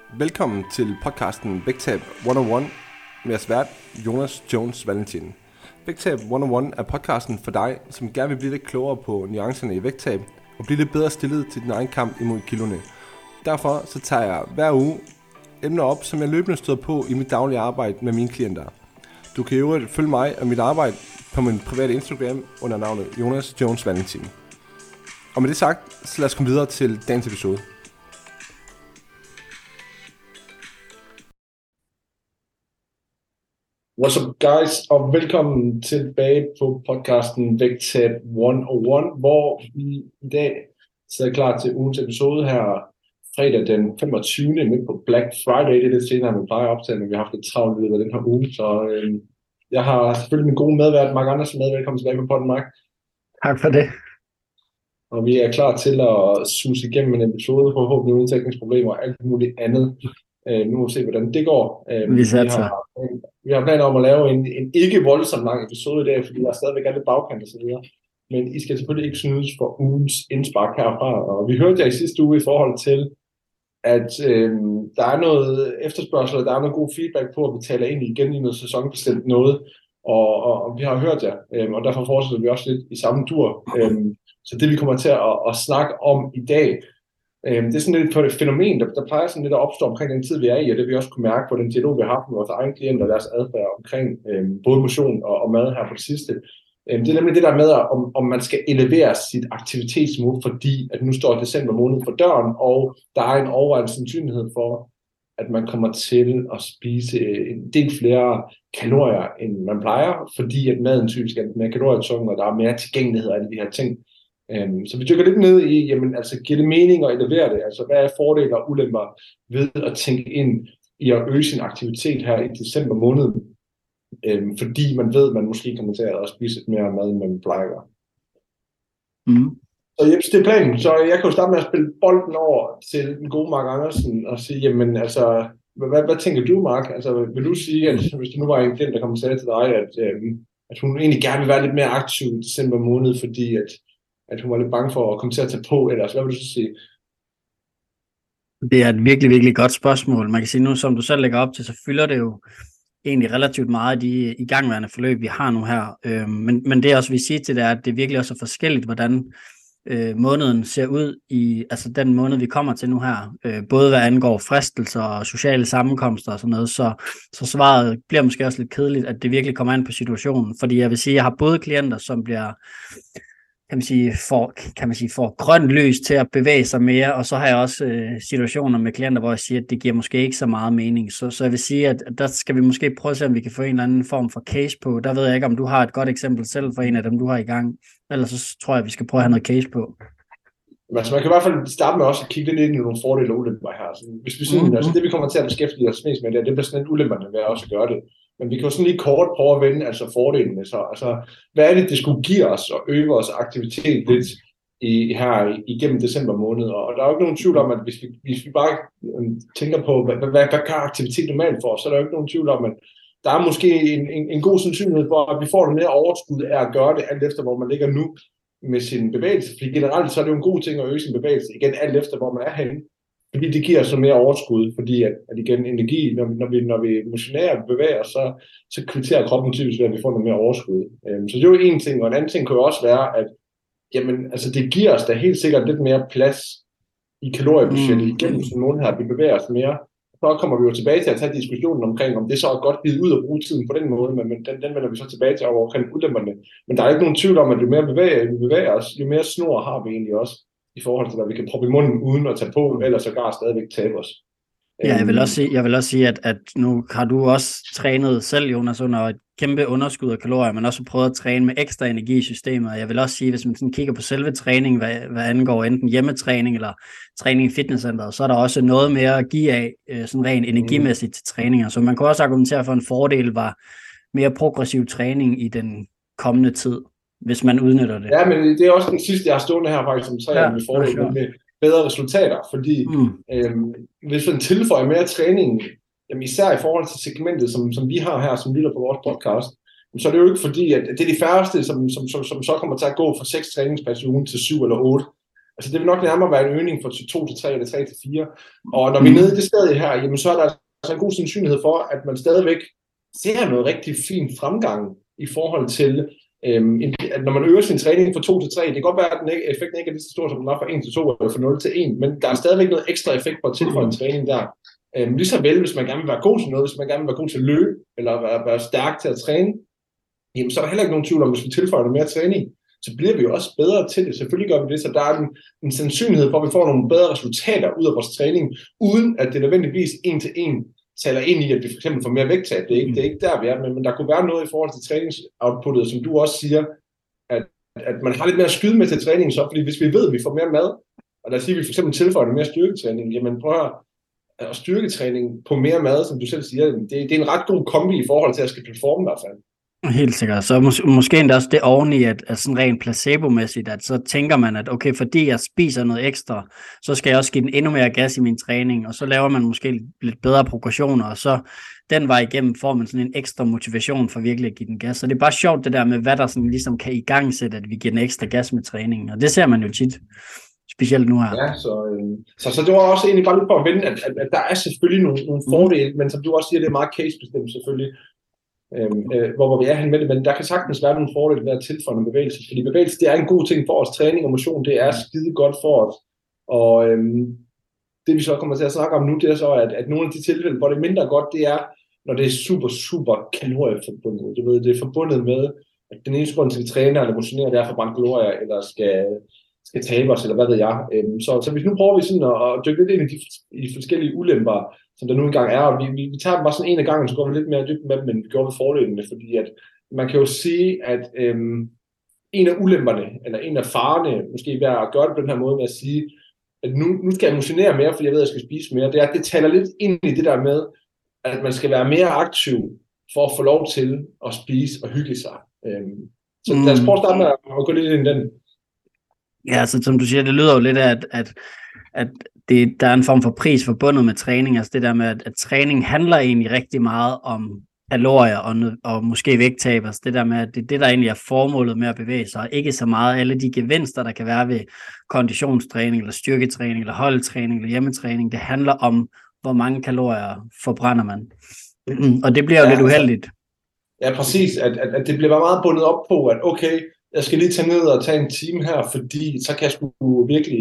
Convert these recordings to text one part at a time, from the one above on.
Velkommen til podcasten Vægtab 101 med jeres vært Jonas Jones Valentin. Vægtab 101 er podcasten for dig, som gerne vil blive lidt klogere på nuancerne i vægttab og blive lidt bedre stillet til din egen kamp imod kiloene. Derfor så tager jeg hver uge emner op, som jeg løbende støder på i mit daglige arbejde med mine klienter. Du kan jo følge mig og mit arbejde på min private Instagram under navnet Jonas Jones Valentin. Og med det sagt, så lad os komme videre til dagens episode. What's up guys, og velkommen tilbage på podcasten Vægtab 101, hvor vi i dag sidder klar til ugens episode her fredag den 25. midt på Black Friday. Det er lidt senere, end vi plejer at optage, men vi har haft lidt travlt i løbet af den her uge. Så jeg har selvfølgelig min gode medvært, Mark Andersen, med. Velkommen tilbage på podden, Mark. Tak for det. Og vi er klar til at suse igennem en episode, forhåbentlig uden tekniske og alt muligt andet. Nu må vi se, hvordan det går. Vi har planer om at lave en ikke voldsom lang episode i dag, fordi der er stadigvæk lidt bagkant og så videre. Men I skal selvfølgelig ikke snydes for ugens indspark herfra. Og vi hørte jer i sidste uge i forhold til, at der er noget efterspørgsel, og der er noget god feedback på, at vi taler ind igen i noget sæsonbestemt noget. Og vi har hørt jer, og derfor fortsætter vi også lidt i samme dur. Så det vi kommer til at snakke om i dag, det er sådan lidt et fænomen, der plejer sådan lidt at opstå omkring den tid, vi er i, og det vi også kunne mærke på den dialog, vi har haft med vores egne klienter og deres adfærd omkring både motion og mad her på det sidste. Det er nemlig det der med, om man skal elevere sit aktivitetsniveau, fordi at nu står december måned for døren, og der er en overvejende sandsynlighed for, at man kommer til at spise en del flere kalorier, end man plejer, fordi at maden typisk er mere kalorietung, og der er mere tilgængelighed af alle de her ting. Så vi dykker lidt ned i, jamen altså giver det mening at elevere det? Altså hvad er fordele og ulemper ved at tænke ind i at øge sin aktivitet her i december måned? Fordi man ved, at man måske kommer til at spise lidt mere mad, end man plejer. Så Jeps, det er planen. Så jeg kan jo starte med at spille bolden over til den gode Mark Andersen og sige, jamen altså, hvad tænker du, Mark? Altså vil du sige, at hvis du nu var en klient, der kom og sagde til dig, at hun egentlig gerne vil være lidt mere aktiv i december måned, fordi at hun var lidt bange for at komme til at tage på, ellers hvad vil du så sige? Det er et virkelig, virkelig godt spørgsmål. Man kan sige nu, som du selv lægger op til, så fylder det jo egentlig relativt meget af de igangværende forløb, vi har nu her. Men det jeg også vil sige til det er, at det virkelig også er forskelligt, hvordan måneden ser ud i, altså den måned, vi kommer til nu her. Både hvad angår fristelser og sociale sammenkomster og sådan noget, så svaret bliver måske også lidt kedeligt, at det virkelig kommer an på situationen. Fordi jeg vil sige, at jeg har både klienter, som bliver får grønt lys til at bevæge sig mere, og så har jeg også situationer med klienter, hvor jeg siger, at det giver måske ikke så meget mening. Så jeg vil sige, at der skal vi måske prøve at se, om vi kan få en eller anden form for case på. Der ved jeg ikke, om du har et godt eksempel selv for en af dem, du har i gang. Ellers så tror jeg, at vi skal prøve at have noget case på. Altså man kan i hvert fald starte med også at kigge lidt ind i nogle fordele og ulemper her. Så hvis vi sådan, altså det vi kommer til at beskæftige os mest med, det bliver sådan lidt ulemperne ved at også gøre det. Men vi kan jo sådan lige kort prøve at vende altså fordelene. Så altså, hvad er det skulle give os og øge vores aktivitet lidt her igennem december måned? Og der er jo ikke nogen tvivl om, at hvis vi bare tænker på, hvad gør aktivitet normalt for os, så er der jo ikke nogen tvivl om, at der er måske en god sandsynlighed for, at vi får noget mere overskud af at gøre det, alt efter hvor man ligger nu med sin bevægelse. Fordi generelt så er det jo en god ting at øge sin bevægelse, igen alt efter hvor man er henne. Fordi det giver så mere overskud, fordi at igen energi, når vi motionerer og bevæger, så kvitterer kroppen typisk ved, at vi får noget mere overskud. Så det er jo en ting, og en anden ting kan jo også være, at jamen, altså det giver os da helt sikkert lidt mere plads i kaloriebudgettet igennem sådan nogle her, vi bevæger os mere. Så kommer vi jo tilbage til at tage diskussionen omkring, om det så er godt givet ud at bruge tiden på den måde, men den vender vi så tilbage til omkring ulemperne. Men der er ikke nogen tvivl om, at jo mere vi bevæger os, jo mere snor har vi egentlig også i forhold til, hvad vi kan proppe i munden uden at tage på, eller sågar stadigvæk tabe os. Ja, jeg vil også sige, at nu har du også trænet selv, Jonas, under et kæmpe underskud af kalorier, men også prøvet at træne med ekstra energi i systemet. Jeg vil også sige, hvis man sådan kigger på selve træning, hvad angår enten hjemmetræning eller træning i fitnesscenteret, så er der også noget mere at give af sådan rent energimæssigt til træninger. Så man kan også argumentere for, at en fordel var mere progressiv træning i den kommende tid, hvis man udnytter det. Ja, men det er også den sidste, jeg har stående her faktisk som træner med fordel med bedre resultater, fordi hvis man tilføjer mere træning, jamen især i forhold til segmentet, som vi har her, som lytter på vores podcast, så er det jo ikke fordi, at det er de færreste, som så kommer til at gå fra 6 træningspas i ugen til 7 eller 8. Altså det vil nok nærmere være en øgning fra 2 til 3 eller 3 til 4. Og når vi er nede i det sted her, jamen så er der altså en god sandsynlighed for, at man stadigvæk ser noget rigtig fin fremgang i forhold til, at når man øger sin træning fra 2 til 3, det kan godt være, at effekten ikke er lige så stor, som den var fra 1 til 2 eller fra 0 til 1, men der er stadigvæk noget ekstra effekt på at tilføje en træning der. Lige så vel, hvis man gerne vil være god til noget, hvis man gerne vil være god til at løbe, eller være stærk til at træne, jamen så er der heller ikke nogen tvivl om, hvis vi tilføjer noget mere træning, så bliver vi jo også bedre til det. Selvfølgelig gør vi det, så der er en sandsynlighed for, at vi får nogle bedre resultater ud af vores træning, uden at det nødvendigvis en til en taler ind i, at vi for eksempel får mere vægttab. Det er ikke der, vi er, men der kunne være noget i forhold til træningsoutputtet, som du også siger, at man har lidt mere at skyde med til træningen, så, fordi hvis vi ved, at vi får mere mad, og lad os sige, at vi for eksempel tilføjer noget mere styrketræning, jamen prøv at høre, og styrketræning på mere mad, som du selv siger, det er en ret god kombi i forhold til at skal performe i hvert fald. Helt sikkert. Så måske endda også det oveni, at sådan rent placebo-mæssigt, at så tænker man, at okay, fordi jeg spiser noget ekstra, så skal jeg også give den endnu mere gas i min træning, og så laver man måske lidt bedre progressioner, og så den vej igennem får man sådan en ekstra motivation for virkelig at give den gas. Så det er bare sjovt det der med, hvad der sådan ligesom kan igangsætte, at vi giver den ekstra gas med træningen, og det ser man jo tit. Specielt nu her. Ja, så det var også egentlig bare lidt for at vende, at der er selvfølgelig nogle fordele, men som du også siger, det er meget case-bestemt selvfølgelig, hvor vi er hen med det, men der kan sagtens være nogle fordele ved at tilføje nogle bevægelse, fordi bevægelse, det er en god ting for os, træning og motion, det er skide godt for os, og det vi så kommer til at snakke om nu, det er så, at nogle af de tilfælde, hvor det er mindre godt, det er, når det er super, super kalorieforbundet. Du ved, det er forbundet med, at den eneste grund til, at vi træner eller motionerer, det er for at brænde kalorier, eller skal tabe os, eller hvad ved jeg. Så hvis nu prøver vi sådan at dykke lidt ind i de forskellige ulemper, som der nu engang er, og vi tager dem bare sådan en af gangen, så går vi lidt mere dybt med dem, end vi gjorde ved forløbene, fordi at man kan jo sige, at en af ulemperne, eller en af farerne, måske ved at gøre det på den her måde med at sige, at nu skal jeg motionere mere, fordi jeg ved, at jeg skal spise mere, det er, at det taler lidt ind i det der med, at man skal være mere aktiv, for at få lov til at spise og hygge sig. Så lad os prøve at starte med at gå lidt ind i den. Ja, så som du siger, det lyder jo lidt af, at der er en form for pris forbundet med træning, altså det der med, at træning handler egentlig rigtig meget om kalorier og måske vægttab, altså det der med, at det er det, der egentlig er formålet med at bevæge sig, og ikke så meget alle de gevinster, der kan være ved konditionstræning, eller styrketræning, eller holdtræning, eller hjemmetræning, det handler om, hvor mange kalorier forbrænder man. Og det bliver jo lidt uheldigt. Ja, præcis, at det bliver meget bundet op på, at okay, jeg skal lige tage ned og tage en time her, fordi så kan jeg sgu virkelig,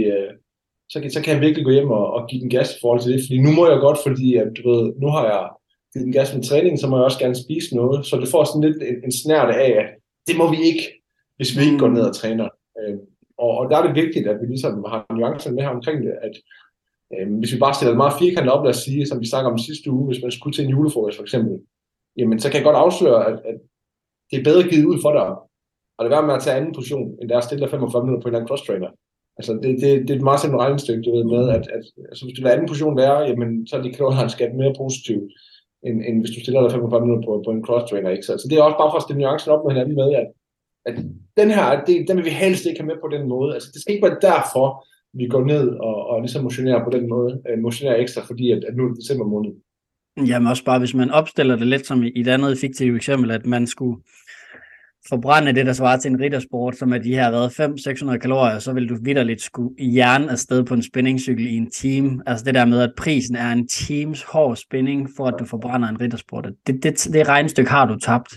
så kan jeg virkelig gå hjem og give den gas i forhold til det, fordi nu må jeg godt, fordi at, du ved, nu har jeg givet den gas med træning, så må jeg også gerne spise noget, så det får sådan lidt en snærte af, at det må vi ikke, hvis vi ikke går ned og træner. Og der er det vigtigt, at vi ligesom har nuancerne med her omkring det, at hvis vi bare stiller det meget firkantet op, lad os sige, som vi snakker om sidste uge, hvis man skulle til en julefrokost for eksempel, jamen så kan jeg godt afsløre, at det er bedre givet ud for dig, og det er med at tage anden position, end der er stille 45 minutter på en eller anden cross-trainer. Altså, det er et meget simpelt regnestykke, du ved, med, at altså, hvis du lader anden position være, jamen, så er de kalorier skat mere positivt, end hvis du stiller dig 45 minutter på en cross-trainer, ikke? Så det er også bare for at stille nuancen op med hinanden med, at den her, den vil vi helst ikke have med på den måde. Altså, det skal ikke være derfor, vi går ned og ligesom motionerer på den måde, motionerer ekstra, fordi at nu er det december måned. Jamen også bare, hvis man opstiller det lidt som i et andet fiktivt eksempel, at man skulle forbrænde det, der svarer til en riddersport, som er de her 500-600 kalorier, så vil du vitterligt skulle jern afsted på en spændingcykel i en time. Altså det der med, at prisen er en times hård spænding, for at du forbrænder en riddersport. Det regnestykke har du tabt.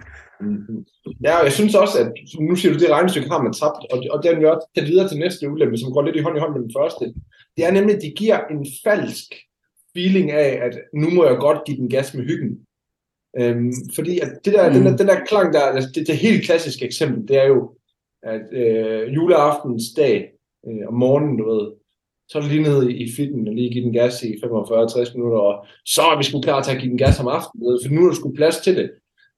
Ja, og jeg synes også, at nu siger du, det regnestykke har man tabt, og den vil også tage videre til næste ulempe, som går lidt i hånd med den første. Det er nemlig, at de giver en falsk feeling af, at nu må jeg godt give den gas med hyggen. Fordi at det der, den der klang der, det helt klassiske eksempel, det er jo, at juleaftens dag om morgenen, du ved, så er det lige nede i fitten og lige give den gas i 45-60 minutter, og så er vi sgu klar til at give den gas om aftenen, for nu er der sgu plads til det.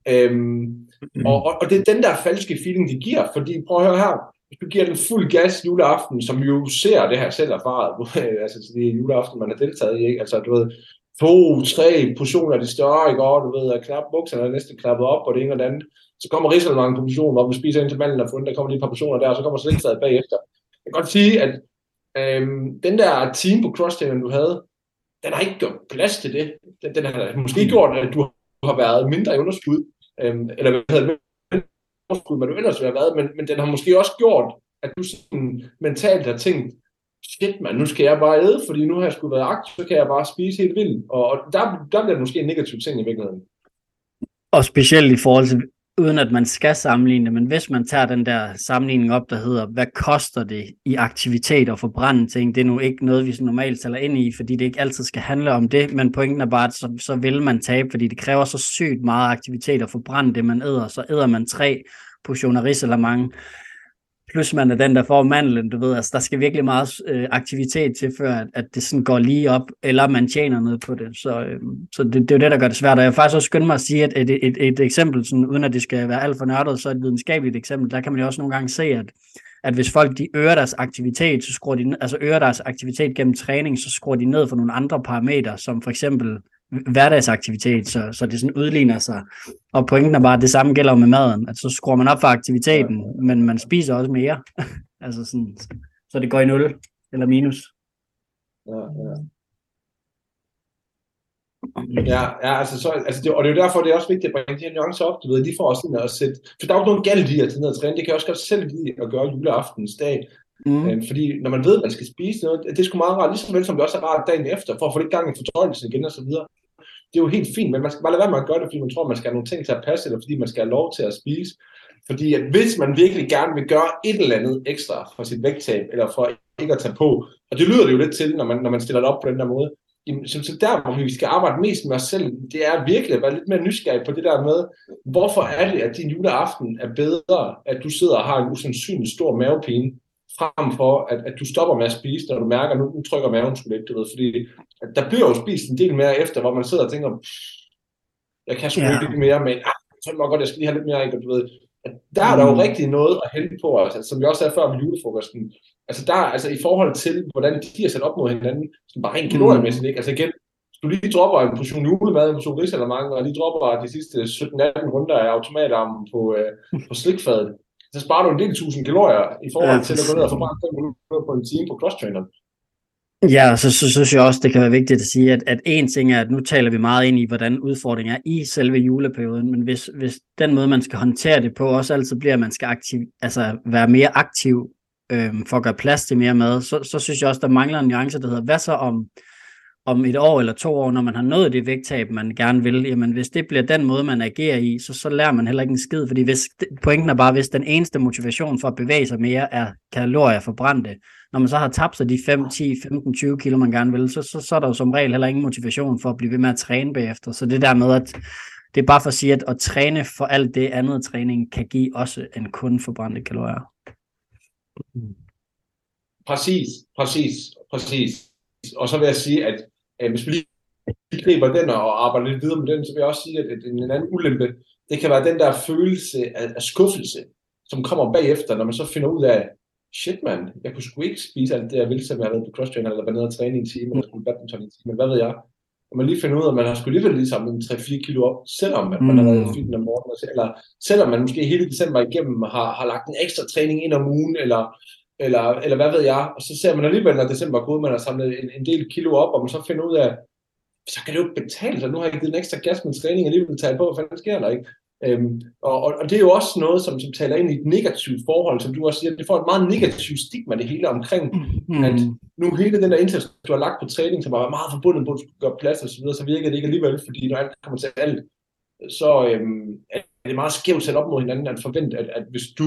Og det er den der falske feeling, de giver, fordi prøv at høre her, hvis du giver den fuld gas juleaften, som vi jo ser det her selv erfaret, altså det er juleaften, man har deltaget i, ikke? Altså du ved, 2-3 portioner af de større, ikke? Og du ved, at knap bukserne er næsten klappet op, og det ene og det andet. Så kommer Risalemang på portionen, hvor vi spiser ind til manden og fundet, der kommer lige et par portioner der, og så kommer sliksadet bagefter. Jeg kan godt sige, at den der team på cross-traineren, du havde, den har ikke gjort plads til det. Den har måske gjort, at du har været mindre i underskud, eller underskud, hvad du ellers ville have været, men den har måske også gjort, at du sådan mentalt har tænkt, shit man, nu skal jeg bare æde, fordi nu har jeg sgu været aktiv, så kan jeg bare spise helt vildt. Og der bliver det måske en negativ ting i virkeligheden. Og specielt i forhold til, uden at man skal sammenligne det, men hvis man tager den der sammenligning op, der hedder, hvad koster det i aktivitet og forbrænde ting, det er nu ikke noget, vi normalt taler ind i, fordi det ikke altid skal handle om det, men pointen er bare, at så vil man tabe, fordi det kræver så sygt meget aktivitet at forbrænde det, man æder, så æder man 3 portioner risalamande, plus man er den, der får mandlen, du ved, altså der skal virkelig meget aktivitet til, før at det sådan går lige op, eller man tjener noget på det, så det er jo det, der gør det svært, og jeg vil faktisk også skynde mig at sige, at et eksempel, sådan, uden at det skal være alt for nørdet, så et videnskabeligt eksempel, der kan man jo også nogle gange se, at hvis folk de øger deres aktivitet, så skruer de, altså øger deres aktivitet gennem træning, så skruer de ned for nogle andre parametre, som for eksempel hverdagsaktivitet, så det sådan udligner sig. Og pointen er bare, at det samme gælder med maden, at så skruer man op for aktiviteten, men man spiser også mere. Altså sådan, så det går i 0 eller minus. Og det er jo derfor, det er også vigtigt at bringe de her nuancer op, du ved, de får også sådan at sætte, for der er jo ikke nogen galt i at tage ned og træne, det kan jeg også godt selv lide at gøre juleaftens dag, fordi når man ved, at man skal spise noget, det er sgu meget rart, ligesom vel som det også er rart dagen efter, for at få lidt gang i fordøjelsen igen og så videre. Det er jo helt fint, men man skal bare lade være med at gøre det, fordi man tror, man skal have nogle ting til at passe, eller fordi man skal have lov til at spise. Fordi at hvis man virkelig gerne vil gøre et eller andet ekstra for sit vægttab, eller for ikke at tage på, og det lyder det jo lidt til, når man stiller det op på den der måde, så der, hvor vi skal arbejde mest med os selv, det er virkelig at være lidt mere nysgerrig på det der med, hvorfor er det, at din juleaften er bedre, at du sidder og har en usandsynlig stor mavepine, frem for, at du stopper med at spise, når du mærker, at nu trykker maven sgu lidt, du ved, fordi der bliver jo spist en del mere efter, hvor man sidder og tænker, jeg kan sgu ikke mere, men så må godt, jeg skal lige have lidt mere, ikke, og du ved, der er der jo rigtig noget at hente på os, altså, som vi også sagde før med julefrokosten, altså i forhold til, hvordan de er sat op mod hinanden, som bare rent kaloriemæssigt, ikke, altså igen, hvis du lige dropper en portion julemad, en portion risalamande, og lige dropper de sidste 17-18 runder af automatarmen på slikfadet, så sparer du en del 1000 kalorier i forhold til at gå ned og forbrænde 5 minutter på en time på cross-trainer. Ja, så synes jeg også, det kan være vigtigt at sige, at en ting er, at nu taler vi meget ind i, hvordan udfordringen er i selve juleperioden, men hvis den måde, man skal håndtere det på, også altid bliver, at man skal være mere aktiv for at gøre plads til mere mad, så synes jeg også, der mangler en nuance, der hedder, hvad så om 1 år eller 2 år, når man har nået det vægttab, man gerne vil, jamen hvis det bliver den måde, man agerer i, så lærer man heller ikke en skid, fordi pointen er bare, hvis den eneste motivation for at bevæge sig mere er kalorier forbrændte, når man så har tabt sig de 5, 10, 15, 20 kilo, man gerne vil, så er der jo som regel heller ingen motivation for at blive ved med at træne bagefter. Så det der med, at det er bare for at sige, at træne for alt det andet træning kan give også en kun forbrændte kalorier. Præcis. Og så vil jeg sige, at hvis vi lige griber den og arbejder lidt videre med den, så vil jeg også sige, at en anden ulempe, det kan være den der følelse af skuffelse, som kommer bagefter, når man så finder ud af, shit man, jeg kunne sgu ikke spise alt det, jeg ville, som jeg har været på cross-trainer, eller været nede og træne i en time, eller spille badminton i en time, men hvad ved jeg? Og man lige finder ud af, at man har sgu alligevel lige samlet 3-4 kilo op, selvom man har været fint om morgenen, eller selvom man måske hele december igennem har lagt en ekstra træning ind om ugen, eller hvad ved jeg, og så ser man alligevel, når december er gået, man har samlet en del kilo op, og man så finder ud af, så kan det jo ikke betale sig, nu har jeg givet en ekstra gas med træning, alligevel taget på, hvad fanden sker der, ikke? Og det er jo også noget, som taler ind i et negativt forhold, som du også siger, det får et meget negativt stigma, det hele omkring, at nu hele den der indsats, du har lagt på træning, som var meget forbundet på, at du skulle gøre plads og så videre, så virker det ikke alligevel, fordi når alt kommer til alt, så er det meget skævt sat op mod hinanden, at forvente, at hvis du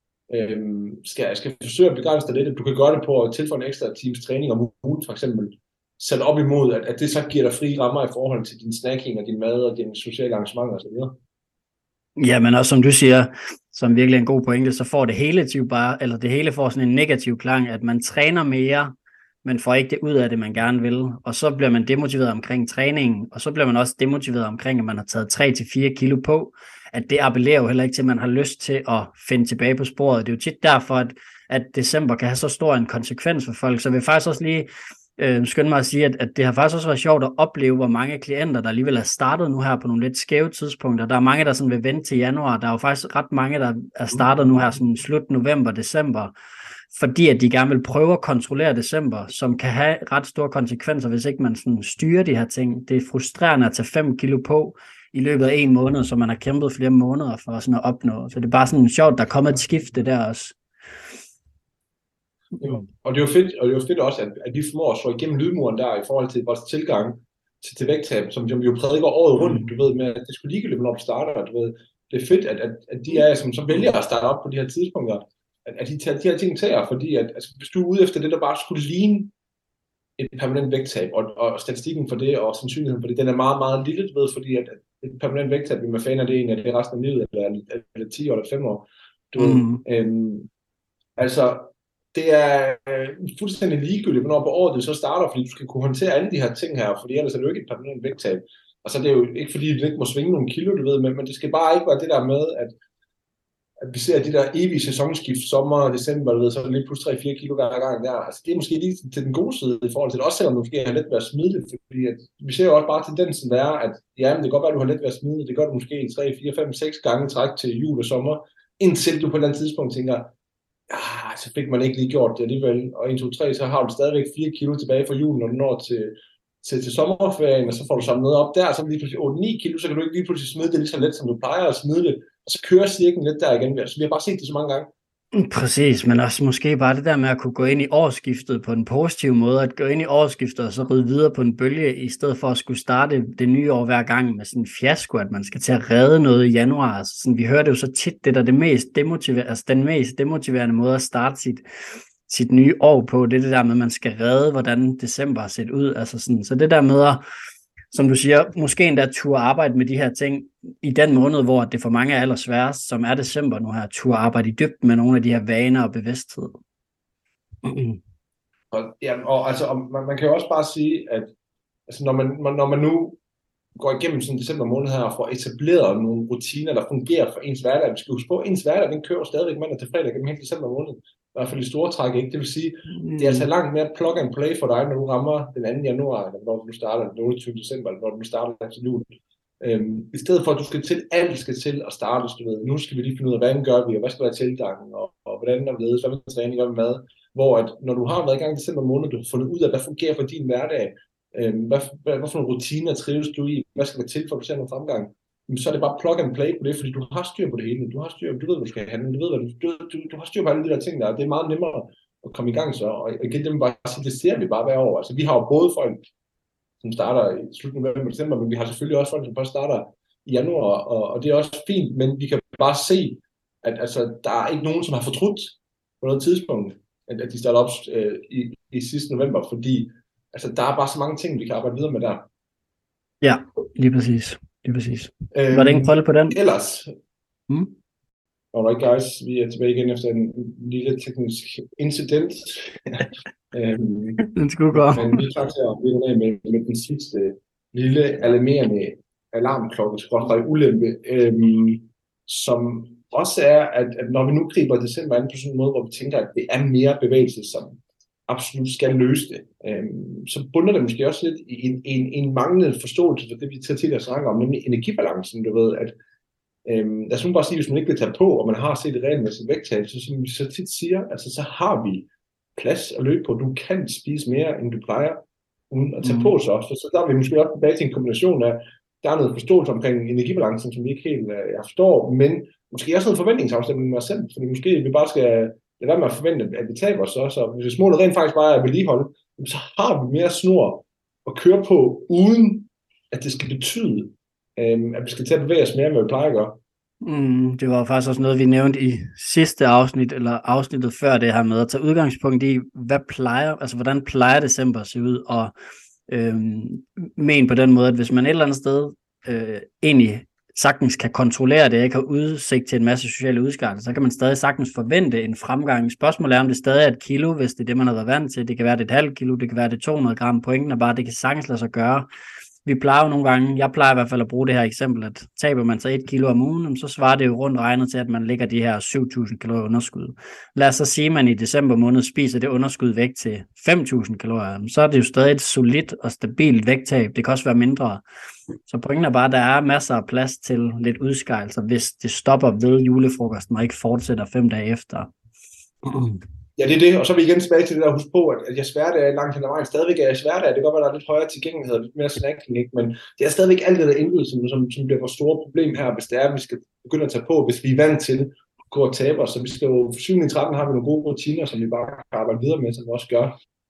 skal forsøge at begrænse dig lidt, at du kan gøre det på at tilføje en ekstra times træning om ugen, for eksempel, sat op imod, at det så giver dig frie rammer i forhold til din snacking og din mad og dine sociale arrangementer og så videre. Ja, men også som du siger, som virkelig er en god pointe, så får det hele får sådan en negativ klang, at man træner mere, men får ikke det ud af det, man gerne vil. Og så bliver man demotiveret omkring træningen, og så bliver man også demotiveret omkring, at man har taget 3-4 kilo på, at det appellerer jo heller ikke til, at man har lyst til at finde tilbage på sporet. Det er jo tit derfor, at december kan have så stor en konsekvens for folk, så vil jeg faktisk også lige skynde mig at sige, at det har faktisk også været sjovt at opleve, hvor mange klienter, der alligevel er startet nu her på nogle lidt skæve tidspunkter. Der er mange, der sådan vil vente til januar. Der er jo faktisk ret mange, der er startet nu her sådan slut november, december, fordi at de gerne vil prøve at kontrollere december, som kan have ret store konsekvenser, hvis ikke man sådan styrer de her ting. Det er frustrerende at tage 5 kilo på i løbet af 1 måned, som man har kæmpet flere måneder for sådan at opnå. Så det er bare sådan sjovt, der er kommet et skifte der også. Og det er jo fedt også, at vi formår at slå igennem lydmuren der i forhold til vores tilgang til vægttab, som vi jo prædiker året rundt, du ved, med at det skulle ligegyldigt, når du starter, du ved. Det er fedt, at de er, som så vælger at starte op på de her tidspunkter, at de tager de her ting til jer, fordi at, altså, hvis du er ude efter det, der bare skulle ligne et permanent vægttab, og statistikken for det, og sandsynligheden for det, den er meget, meget lille, du ved, fordi at et permanent vægttab, vi med fan af det en, at det er resten af livet, eller 10 år, eller 5 år. Du ved, altså, det er fuldstændig ligegyldigt, hvornår på året det så starter, fordi du skal kunne håndtere alle de her ting her, fordi ellers er det jo ikke et permanent vægttab. Og så er det jo ikke fordi, det ikke må svinge nogle kilo, du ved, men det skal bare ikke være det der med, at vi ser de der evige sæsonskift, sommer og december, du ved, så er det lige plus 3-4 kilo hver gang der. Altså, det er måske lige til den gode side i forhold til det, også selvom du måske har let ved at smide det, fordi at, vi ser jo også bare tendensen der, at ja, men det kan godt være, at du har let ved at smide det, det gør du måske 3, 4, 5, 6 gange træk til jul og sommer, indtil du på et eller andet tidspunkt tænker, så fik man ikke lige gjort det alligevel, og 1, 2, 3, så har du stadigvæk 4 kilo tilbage fra julen, når du når til sommerferien, og så får du samlet noget op der, og så lige pludselig 8-9 kilo, så kan du ikke lige pludselig smide det lige så let, som du plejer at smide det, og så kører cirklen lidt der igen. Så vi har bare set det så mange gange. Præcis, men også måske bare det der med at kunne gå ind i årsskiftet på en positiv måde, at gå ind i årsskiftet og så ride videre på en bølge, i stedet for at skulle starte det nye år hver gang med sådan en fiasko, at man skal til at redde noget i januar. Altså sådan, vi hører det jo så tit, det der den mest demotiverende måde at starte sit nye år på, det er det der med, at man skal redde, hvordan december har set ud. Altså sådan, så det der med at, som du siger, måske endda turde arbejde med de her ting i den måned, hvor det for mange er allersværest, som er december nu her, turde arbejde i dybden med nogle af de her vaner og bevidsthed. Og man kan jo også bare sige, at altså, når man nu går igennem sådan en december måned her og får etableret nogle rutiner, der fungerer for ens hverdag. Vi skal huske på, at ens hverdag, den kører stadigvæk mandag til fredag gennem hele december måned. I hvert fald i store træk, ikke? Det vil sige, det er altså langt mere plug and play for dig, når du rammer den 2. januar, eller når du starter den 28. december, eller når du starter til jul. I stedet for, at du skal til, alt skal til at starte, du ved. Nu skal vi lige finde ud af, hvordan gør vi, og hvad skal være tilgangen, og hvordan der ledes, hvad med træning og mad. Hvor at, når du har været i gang i december måned, du har fundet ud af, hvad fungerer for din hverdag, hvad for nogle rutiner trives du i, hvad skal der til for, at du ser noget fremgang, så er det bare plug and play på det, fordi du har styr på det hele, du ved, hvad du skal handle, du ved, hvad du har styr på alle de der ting der, det er meget nemmere at komme i gang så, og igen, det vil bare sige, det ser vi bare hver år, altså vi har jo både folk, som starter i slutningen af november, december, men vi har selvfølgelig også folk, som først starter i januar, og det er også fint, men vi kan bare se, at altså, der er ikke nogen, som har fortrudt på noget tidspunkt, at de starter op i sidste november, fordi altså, der er bare så mange ting, vi kan arbejde videre med der. Ja, lige præcis. Var det en krølle på den? Ellers. Alright guys, vi er tilbage igen efter en lille teknisk incident. Den skulle gå. Men vi er klar til at blive af med den sidste lille alarmerende alarmklokke, ulempe, som også er, at når vi nu griber december an på sådan en måde, hvor vi tænker, at det er mere bevægelse, som absolut skal løse det, så bunder det måske også lidt i en manglende forståelse for det, vi tidligere snakker om, nemlig energibalancen, du ved, at lad os nu bare sige, hvis man ikke vil tage på, og man har set et regelmæssigt vægttab, så som vi så tit siger, altså så har vi plads at løbe på, du kan spise mere, end du plejer, uden at tage på så også, så der er vi måske også tilbage til en kombination af, der er noget forståelse omkring energibalancen, som vi ikke helt jeg forstår, men måske også noget forventningsafstemning med os selv, fordi måske vi bare skal lade være med at forvente, at vi taber os også, og hvis målet rent faktisk bare er at vedligeholde, så har vi mere snor at køre på, uden at det skal betyde, at vi skal til at bevæge os mere, end hvad vi plejer at gøre. Det var faktisk også noget, vi nævnte i sidste afsnit, eller afsnittet før det her med at tage udgangspunkt i, hvordan plejer december at se ud, og men på den måde, at hvis man et eller andet sted egentlig sagtens kan kontrollere det, ikke har udsigt til en masse sociale udskartelser, så kan man stadig sagtens forvente en fremgang. Spørgsmålet er, om det stadig er 1 kilo, hvis det er det, man har været vant til. Det kan være, det er 0,5 kilo, det kan være, det er 200 gram. Pointen er bare, det kan sagtens lade sig gøre. Vi plejer jo nogle gange, jeg plejer i hvert fald at bruge det her eksempel, at taber man sig 1 kilo om ugen, så svarer det jo rundt regnet til, at man lægger de her 7.000 kalorier underskud. Lad os så sige, at man i december måned spiser det underskud væk til 5.000 kalorier, så er det jo stadig et solidt og stabilt vægttab. Det kan også være mindre. Så pointen er bare, at der er masser af plads til lidt udskejelser, hvis det stopper ved julefrokosten og ikke fortsætter 5 dage efter. Ja, det er det, og så er vi igen tilbage til det der, husk på, at jeres hverdag langt hen ad vejen stadigvæk er jeres hverdag. Det kan godt være, der er lidt højere tilgængelighed og lidt mere snacking, ikke? Men det er stadigvæk alt det der indbyde, som bliver vores store problem her, hvis det er, at vi skal begynde at tage på, hvis vi er vant til gå og tabe os. Så vi skal jo, 7-13 har vi nogle gode rutiner, som vi bare kan arbejde videre med, som vi også gør.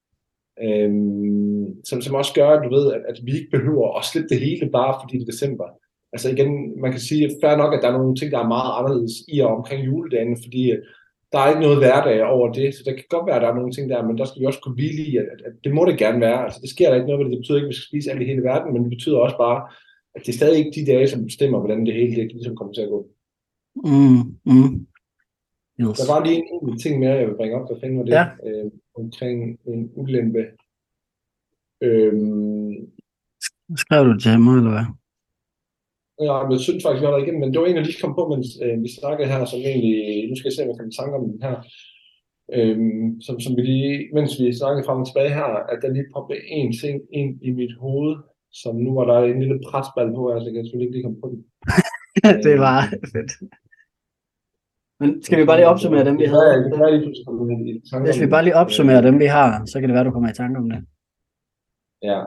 Som også gør, at du ved, at vi ikke behøver at slippe det hele bare fordi det er december. Altså igen, man kan sige, fair nok, at der er nogle ting, der er meget anderledes i og omkring juledagene, fordi der er ikke noget hverdag over det, så der kan godt være, at der er nogle ting der, men der skal vi også kunne hvile i, at det må det gerne være. Altså det sker der ikke noget ved det. Det betyder ikke, at vi skal spise alt i hele verden, men det betyder også bare, at det er stadig ikke de dage, som bestemmer, hvordan det hele det ligesom kommer til at gå. Yes. Der var lige en enkelt ting mere, jeg vil bringe op, der fanden var det, omkring en ulempe. Skrev du til ham, eller hvad? Ja, jeg synes faktisk, vi har været igennem, men det var en, der lige kom på, mens vi snakkede her, som egentlig, nu skal jeg se, om jeg kan tanke om den her, som vi lige, mens vi snakkede frem og tilbage her, at der lige poppede en ting ind i mit hoved, som nu var der en lille presbald på, altså jeg kan selvfølgelig ikke lige komme på den. Det var fedt. Men skal vi bare lige opsummere dem, vi havde? Hvis vi bare lige opsummerer dem, vi har, så kan det være, du kommer i tanke om det. Ja.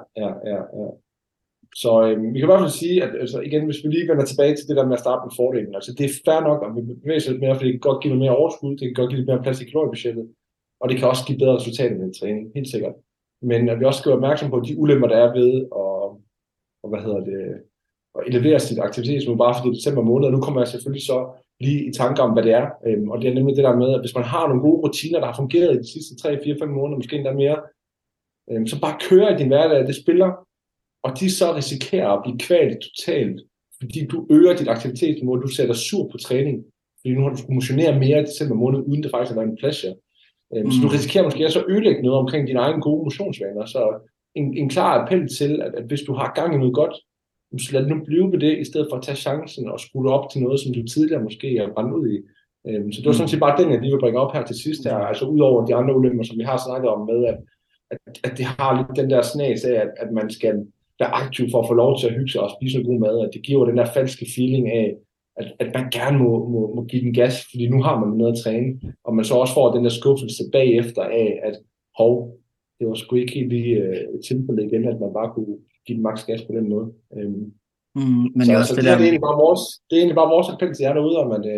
Så vi kan i hvert fald sige, at altså, igen, hvis vi lige vender tilbage til det der med at starte med fordelen, altså det er fair nok, at vi bevæger sig lidt mere, for det kan godt give noget mere overskud, det kan godt give lidt mere plads i kaloriebudgettet, og det kan også give bedre resultater med en træning, helt sikkert. Men at vi også skal være opmærksom på de ulemper, der er ved at elevere sit aktivitetsniveau bare fordi det er december måned, og nu kommer jeg selvfølgelig så lige i tanke om, hvad det er. Og det er nemlig det der med, at hvis man har nogle gode rutiner, der har fungeret i de sidste 3, 4, 5 måneder, måske endda mere, så bare kører i din hverdag, det spiller, og de så risikerer at blive kvalt totalt, fordi du øger dit aktivitetsniveau, du sætter sur på træning, fordi nu har du skulle motionere mere i december måned, uden det faktisk har været en pleasure. Så du risikerer måske også at ødelægge noget omkring dine egne gode motionsvaner. Så en klar appel til, at hvis du har gang i noget godt, så lad nu blive ved det, i stedet for at tage chancen og skrue op til noget, som du tidligere måske er brændt ud i. Så det var sådan set bare den, jeg lige vil bringe op her til sidst her, altså udover de andre ulemper, som vi har snakket om med, at det har lidt den der snas af, at man skal være aktiv for at få lov til at hygge sig og spise noget god mad, at det giver den der falske feeling af, at man gerne må give den gas, fordi nu har man noget at træne, og man så også får den der skuffelse bagefter af, at det var sgu ikke helt lige tilfældet igen, at man bare kunne give den maks gas på den måde. Men så, også det er egentlig bare vores appel til jer derude, om at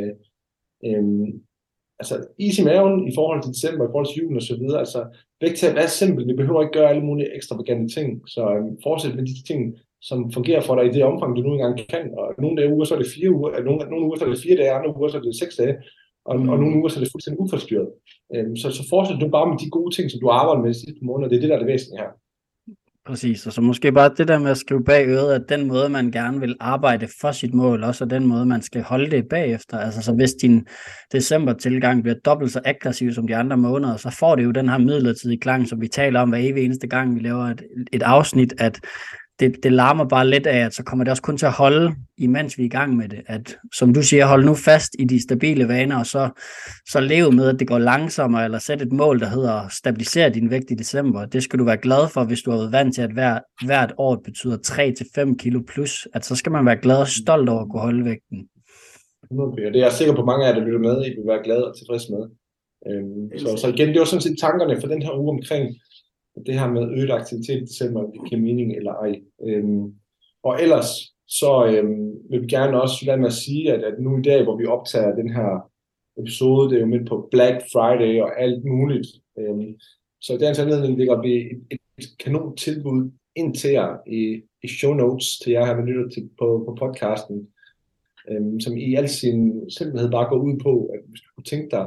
is i maven i forhold til december, i forhold til julen og så videre. Altså, vægttab er simpelt. Vi behøver ikke gøre alle mulige ekstravagante ting. Så fortsæt med de ting, som fungerer for dig i det omfang, du nu engang kan. Og nogle uger, så er det 4 uger. Nogle uger, så er det 4 dage. Andre uger, så er det 6 dage. Og nogle uger, så er det fuldstændig uforstyrret. Så fortsæt du bare med de gode ting, som du arbejder med de sidste måneder. Det er det, der er det væsentlige her. Præcis, og så måske bare det der med at skrive bag øret, at den måde, man gerne vil arbejde for sit mål, også er den måde, man skal holde det bagefter. Altså, så hvis din december-tilgang bliver dobbelt så aggressiv som de andre måneder, så får det jo den her midlertidige klang, som vi taler om hver evig eneste gang, vi laver et afsnit, at det larmer bare lidt af, at så kommer det også kun til at holde, imens vi er i gang med det. At, som du siger, hold nu fast i de stabile vaner, og så leve med, at det går langsommere, eller sæt et mål, der hedder stabilisere din vægt i december. Det skal du være glad for, hvis du har været vant til, at hvert år betyder 3-5 kilo plus. At så skal man være glad og stolt over at kunne holde vægten. Det er jeg sikker på, mange af jer, der lytter med, I vil være glade og tilfreds med. Så igen, det var sådan set tankerne for den her uge omkring det her med øget aktivitet i december, det giver mening eller ej. Og ellers, så vil vi gerne også lade mig sige, at nu i dag, hvor vi optager den her episode, det er jo midt på Black Friday og alt muligt. Så det er anledning, ligger vi et kanon tilbud ind til jer i show notes til jer, der lytter til på podcasten, som i al sin simpelthed bare går ud på, at hvis du kunne tænke dig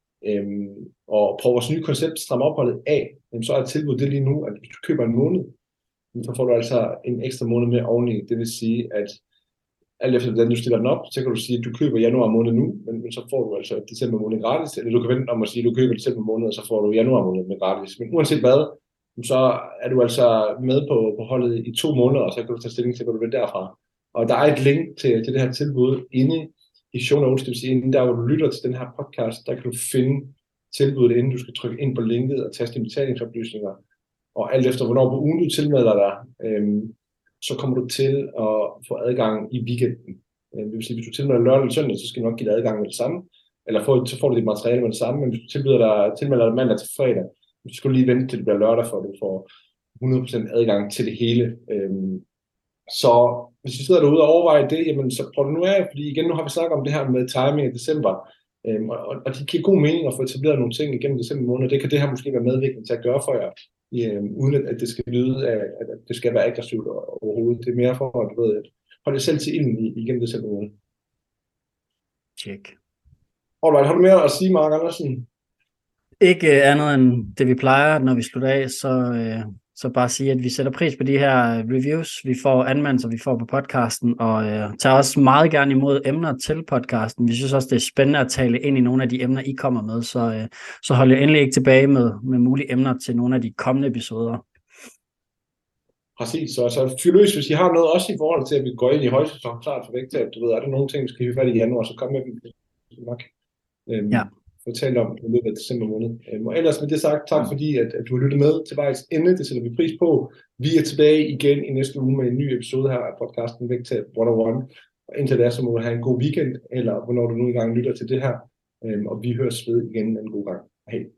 og prøve vores nye koncept stramme opholdet af, så er tilbuddet det lige nu, at hvis du køber en måned, så får du altså en ekstra måned med oveni. Det vil sige, at alt efter hvordan du stiller den op, så kan du sige, at du køber januar måned nu, men så får du altså december måned gratis, eller du kan vente om at sige, at du køber december måned, og så får du januar måned med gratis. Men uanset hvad, så er du altså med på holdet i 2 måneder, og så kan du tage stilling til, hvad du vil derfra. Og der er et link til det her tilbud inde i show notes, det vil sige, inden der, hvor du lytter til den her podcast, der kan du finde tilbuddet, inden du skal trykke ind på linket og taste betalingsoplysninger. Og alt efter, hvornår på ugen du tilmelder dig, så kommer du til at få adgang i weekenden. Det vil sige, hvis du tilmelder lørdag eller søndag, så skal du nok give dig adgang med det samme. Eller så får du dit materiale med det samme, men hvis du tilmelder dig mandag til fredag, så skal du lige vente til det bliver lørdag, for at du får 100% adgang til det hele. Så hvis du sidder derude og overvejer det, jamen så prøv det nu af, fordi igen, nu har vi snakket om det her med timing i december. Og det giver god mening at få etableret nogle ting igennem december måned. Det kan det her måske være medvirkende til at gøre for jer, uden at det skal lyde, at det skal være aggressivt overhovedet. Det er mere for at holde det selv til ilden igennem december måned. Check. Alright, har du mere at sige, Mark Andersen? Ikke andet end det, vi plejer, når vi slutter af, så bare sige, at vi sætter pris på de her reviews, vi får anmeldelser, vi får på podcasten, og tager også meget gerne imod emner til podcasten. Vi synes også, det er spændende at tale ind i nogle af de emner, I kommer med, så hold jer endelig ikke tilbage med mulige emner til nogle af de kommende episoder. Præcis, så altså, fyr løs, hvis I har noget også i forhold til, at vi går ind i højsæson klart for vægttab. Du ved, er der nogle ting, vi skal hive fat i januar, så kom med dem. Ja. Fortælle om i løbet af december måned. Og ellers med det sagt, tak fordi at du har lyttet med til vejs ende. Det sætter vi pris på. Vi er tilbage igen i næste uge med en ny episode her af podcasten Vægttab 101. Og indtil da, så må du have en god weekend, eller hvornår du nu engang lytter til det her. Og vi høres ved igen en god gang. Hej.